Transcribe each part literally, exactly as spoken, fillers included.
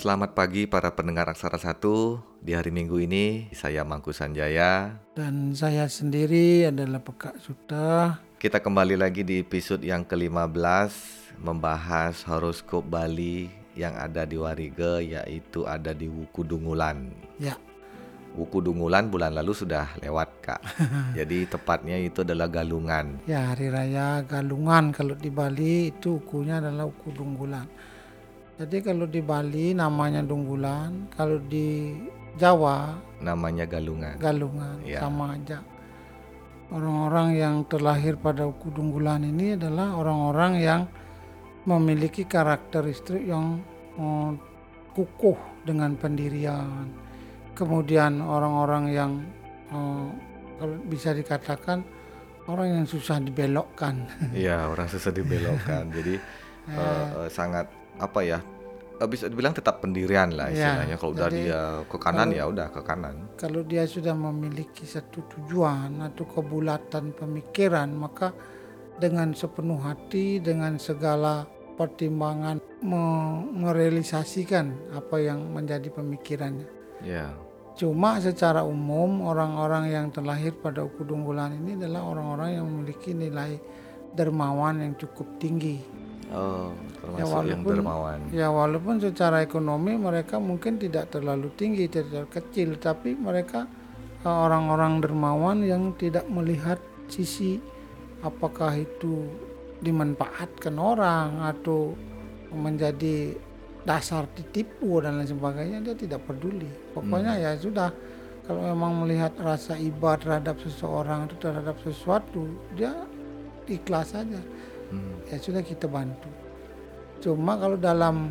Selamat pagi para pendengar Aksara Satu. Di hari Minggu ini saya Mangku Sanjaya. Dan saya sendiri adalah Pekak Suta. Kita kembali lagi di episode yang kelima belas membahas horoskop Bali yang ada di Wariga, yaitu ada di Wuku Dungulan. Ya. Wuku Dungulan bulan lalu sudah lewat, Kak. Jadi tepatnya itu adalah Galungan. Ya, hari raya Galungan kalau di Bali itu ukunya adalah Uku Dunggulan. Jadi kalau di Bali namanya Dunggulan, kalau di Jawa Namanya Galungan. Galungan, Ya. sama aja. Orang-orang yang terlahir pada Uku Dunggulan ini adalah orang-orang yang memiliki karakteristik yang eh, kukuh dengan pendirian. Kemudian orang-orang yang eh, kalau bisa dikatakan orang yang susah dibelokkan. Iya, orang susah dibelokkan. Jadi eh, eh, sangat apa ya? eh, Bisa dibilang tetap pendirian lah Ya, istilahnya. Kalau udah jadi dia ke kanan kalau- ya udah ke kanan. Kalau dia sudah memiliki satu tujuan atau kebulatan pemikiran, maka dengan sepenuh hati, dengan segala pertimbangan me- merealisasikan apa yang menjadi pemikirannya. Ya. Cuma secara umum orang-orang yang terlahir pada Uku Dunggulan ini adalah orang-orang yang memiliki nilai dermawan yang cukup tinggi. Oh, termasuk yang walaupun- dermawan. Ya walaupun secara ekonomi mereka mungkin tidak terlalu tinggi, tidak kecil, tapi mereka eh, orang-orang dermawan yang tidak melihat sisi apakah itu dimanfaatkan orang atau menjadi dasar ditipu dan lain sebagainya. Dia tidak peduli. Pokoknya ya sudah, kalau memang melihat rasa iba terhadap seseorang atau terhadap sesuatu, dia ikhlas saja. Hmm. Ya sudah, kita bantu. Cuma kalau dalam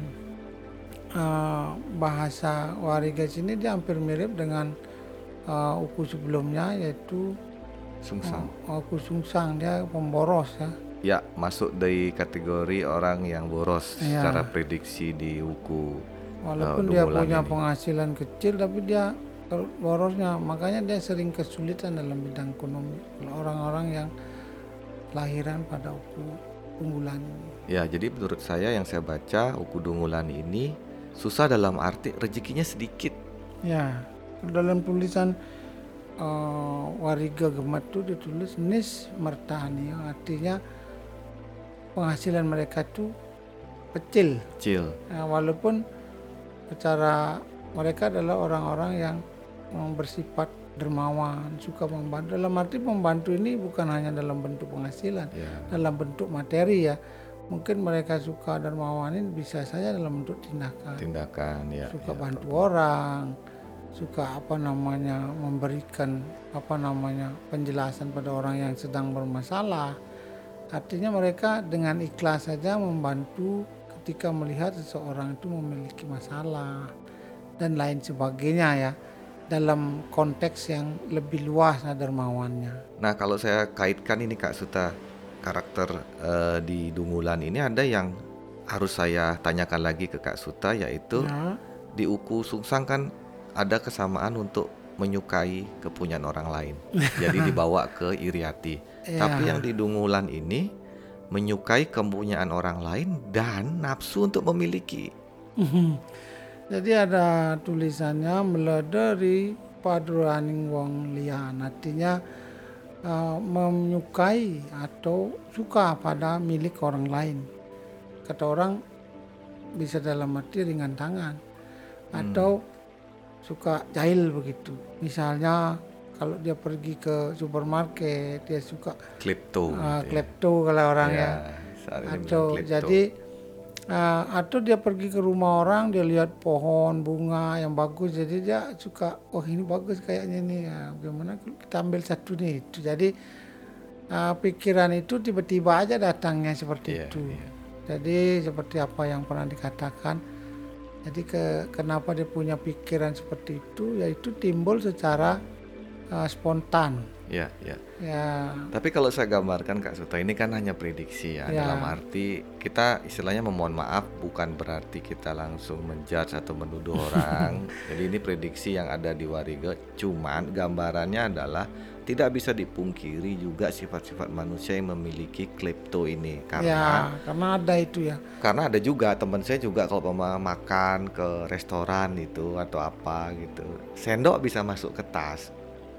uh, bahasa Wariga sini dia hampir mirip dengan uh, Uku sebelumnya, yaitu Sungsang. uh, Uku Sungsang. Dia pemboros ya. Ya, masuk dari kategori orang yang boros Ya. secara prediksi di Wuku. Walaupun uh, dia Dungulan punya ini. penghasilan kecil, tapi dia kalau borosnya, makanya dia sering kesulitan dalam bidang ekonomi. Kalau orang-orang yang lahiran pada Uku Dunggulan ini. Ya, jadi menurut saya yang saya baca Wuku Dungulan ini susah dalam arti rezekinya sedikit. Ya, dalam tulisan uh, Wariga Gemat itu ditulis nis mertani, yang artinya penghasilan mereka itu kecil. Kecil. Ya, walaupun secara mereka adalah orang-orang yang um, bersifat dermawan, suka membantu. Dalam arti membantu ini bukan hanya dalam bentuk penghasilan, Ya. dalam bentuk materi ya. Mungkin mereka suka dermawan ini bisa saja dalam bentuk tindakan. Tindakan ya. Suka ya. bantu orang, suka apa namanya memberikan apa namanya penjelasan pada orang yang sedang bermasalah. Artinya mereka dengan ikhlas saja membantu ketika melihat seseorang itu memiliki masalah dan lain sebagainya ya, dalam konteks yang lebih luas dermawannya. Nah, kalau saya kaitkan ini Kak Suta, karakter eh, di Dungulan ini ada yang harus saya tanyakan lagi ke Kak Suta, yaitu Ya, di Uku Sungsang kan ada kesamaan untuk menyukai kepunyaan orang lain. Jadi dibawa ke Iriati. Ya. Tapi yang di Dungulan ini menyukai kepunyaan orang lain dan nafsu untuk memiliki. Jadi ada tulisannya melederi paduraning wong liyan, artinya uh, menyukai atau suka pada milik orang lain. Kata orang bisa dalam arti ringan tangan atau suka jahil begitu. Misalnya kalau dia pergi ke supermarket, dia suka Klepto. uh, gitu ya. klepto kalau orang ya. saat ini bilang Atau klepto. jadi uh, atau dia pergi ke rumah orang, dia lihat pohon bunga yang bagus, jadi dia suka, oh ini bagus kayaknya nih, ya, bagaimana kalau kita ambil satu nih. Itu jadi uh, pikiran itu tiba-tiba aja datangnya seperti Iya, itu. iya. Jadi seperti apa yang pernah dikatakan, jadi ke, kenapa dia punya pikiran seperti itu, yaitu timbul secara uh, spontan. Ya, ya. Ya, Tapi kalau saya gambarkan Kak Suto, ini kan hanya prediksi ya, ya, dalam arti kita istilahnya memohon maaf bukan berarti kita langsung menjudge atau menuduh orang. Jadi ini prediksi yang ada di Warige, cuman gambarannya adalah tidak bisa dipungkiri juga sifat-sifat manusia yang memiliki klepto ini, ya, karena karena ada itu ya. karena ada juga teman saya juga kalau mau makan ke restoran itu atau apa gitu, sendok bisa masuk ke tas.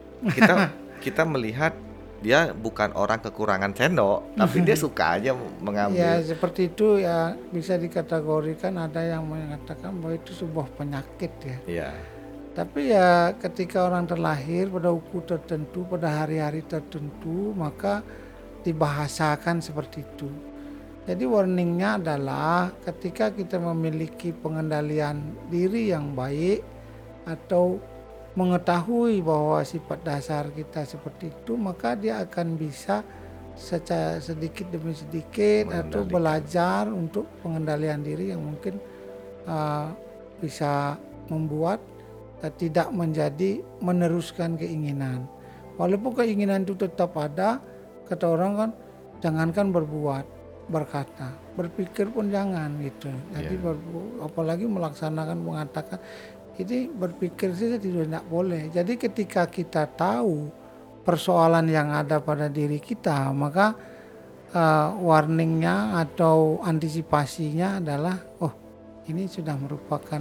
Kita kita melihat dia bukan orang kekurangan sendok, tapi dia suka aja Ya, mengambil. seperti itu ya, bisa dikategorikan ada yang mengatakan bahwa itu sebuah penyakit ya. Iya, Tapi ya ketika orang terlahir pada uku tertentu, pada hari-hari tertentu, maka dibahasakan seperti itu. Jadi warningnya adalah ketika kita memiliki pengendalian diri yang baik atau mengetahui bahwa sifat dasar kita seperti itu, maka dia akan bisa secara sedikit demi sedikit atau mengendalikan. belajar untuk pengendalian diri yang mungkin uh, bisa membuat uh, tidak menjadi meneruskan keinginan. Walaupun keinginan itu tetap ada, kata orang kan, jangankan berbuat, berkata, berpikir pun jangan gitu. Jadi Iya. berbu- apalagi melaksanakan, mengatakan, ini berpikir saja tidak boleh. Jadi ketika kita tahu persoalan yang ada pada diri kita, maka uh, warningnya atau antisipasinya adalah, oh ini sudah merupakan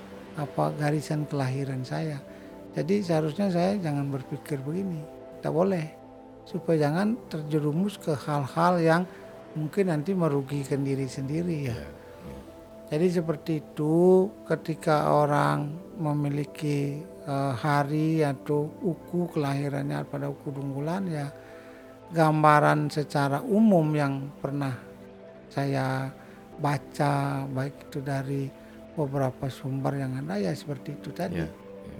apa garisan kelahiran saya. Jadi seharusnya saya jangan berpikir begini, tidak boleh, supaya jangan terjerumus ke hal-hal yang mungkin nanti merugikan diri sendiri ya. Iya. Jadi seperti itu ketika orang memiliki uh, hari atau uku kelahirannya pada uku Dunggulan ya, gambaran secara umum yang pernah saya baca baik itu dari beberapa sumber yang ada ya seperti itu tadi. Iya. Iya.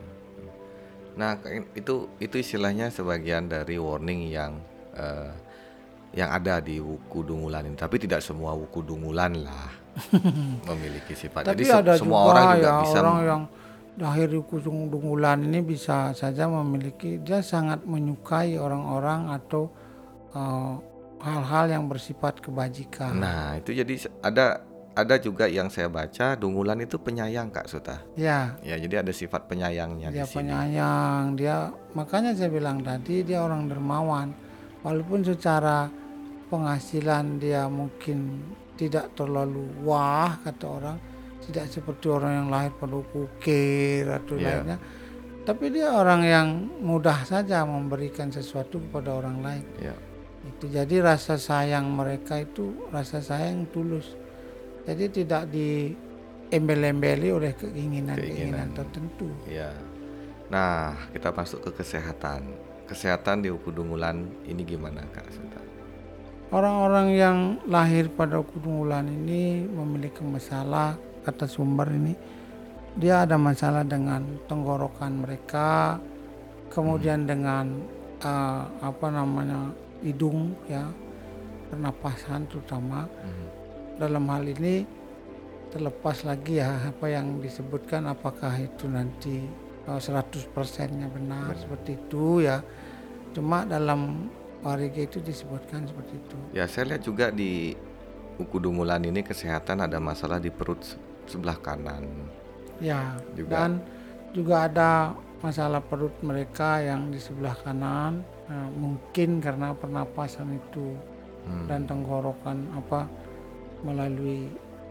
Nah, kayak itu itu istilahnya sebagian dari warning yang eh, yang ada di wuku Dungulan ini. Tapi tidak semua wuku Dungulan lah memiliki sifat. Tapi Jadi se- ada semua juga orang juga ya bisa orang m- yang lahir di uku Dunggulan ini bisa saja memiliki, dia sangat menyukai orang-orang atau uh, hal-hal yang bersifat kebajikan. Nah, itu jadi se- ada ada juga yang saya baca Dungulan itu penyayang Kak Suta. Ya, Ya, jadi ada sifat penyayangnya di dia sini. penyayang, dia makanya saya bilang tadi dia orang dermawan. Walaupun secara penghasilan dia mungkin tidak terlalu wah kata orang, tidak seperti orang yang lahir pada ukir atau Iya. lainnya. Tapi dia orang yang mudah saja memberikan sesuatu kepada orang lain. Ya. Itu jadi rasa sayang mereka itu rasa sayang tulus. Jadi tidak diembel-embeli oleh keinginan-keinginan Keinginan. tertentu. Ya. Nah, kita masuk ke kesehatan. Kesehatan di Wuku Dungulan ini gimana Kak Suta? Orang-orang yang lahir pada uku Dunggulan ini memiliki masalah, kata sumber ini, dia ada masalah dengan tenggorokan mereka, kemudian dengan uh, apa namanya hidung ya, pernapasan terutama. Hmm. Dalam hal ini terlepas lagi ya apa yang disebutkan apakah itu nanti uh, seratus persennya benar, Benar. seperti itu ya. Cuma dalam Warige itu disebutkan seperti itu. Ya, saya lihat juga di Wuku Dungulan ini kesehatan ada masalah di perut se- sebelah kanan. Ya, Juga. dan juga ada masalah perut mereka yang di sebelah kanan, eh, mungkin karena pernapasan itu Hmm. dan tenggorokan apa melalui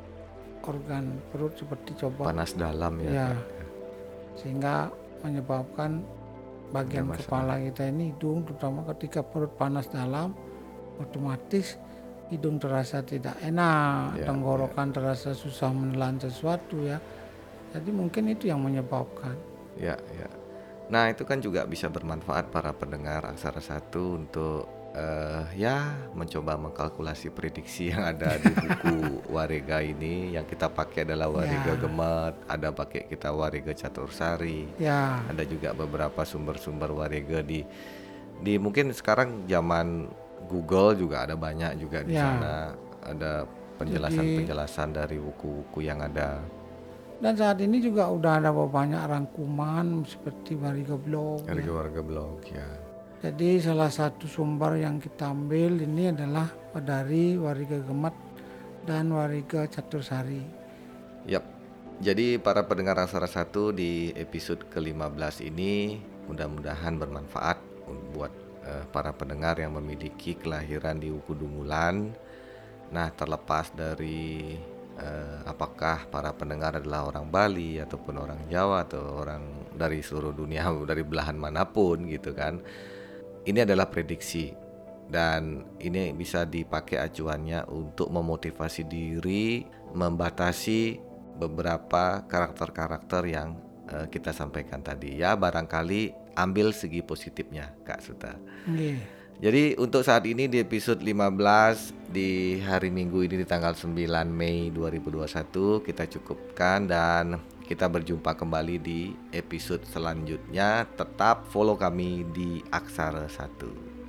organ perut seperti coba Panas dalam ya. ya, Kak. sehingga menyebabkan bagian Ada masalah. kepala kita ini hidung, terutama ketika perut panas dalam, otomatis hidung terasa tidak enak, Ya, tenggorokan terasa susah menelan sesuatu ya. Jadi mungkin itu yang menyebabkan. Ya, ya. Nah, itu kan juga bisa bermanfaat para pendengar Aksara Satu untuk eh, ya mencoba mengkalkulasi prediksi yang ada di buku Warega ini. Yang kita pakai adalah Warega Ya. Gemet, ada pakai kita Warega Catursari. Ya, Ada juga beberapa sumber-sumber Warega di di mungkin sekarang zaman Google juga ada banyak juga di Ya. sana. Ada penjelasan-penjelasan dari buku-buku yang ada. Dan saat ini juga udah ada banyak rangkuman seperti Wariga Blog. Ya. Warga-warga blog ya. Jadi salah satu sumber yang kita ambil ini adalah dari Wariga Gemat dan Wariga Catursari. Yap. Jadi para pendengar Aksara satu di episode ke lima belas ini mudah-mudahan bermanfaat buat uh, para pendengar yang memiliki kelahiran di Wuku Dungulan. Nah, terlepas dari uh, apakah para pendengar adalah orang Bali ataupun orang Jawa atau orang dari seluruh dunia, dari belahan manapun gitu kan. Ini adalah prediksi dan ini bisa dipakai acuannya untuk memotivasi diri, membatasi beberapa karakter-karakter yang uh, kita sampaikan tadi. Ya, barangkali ambil segi positifnya, Kak Suta. Nggih. Jadi untuk saat ini di episode lima belas di hari Minggu ini di tanggal sembilan Mei dua ribu dua puluh satu kita cukupkan dan kita berjumpa kembali di episode selanjutnya. Tetap follow kami di Aksara satu.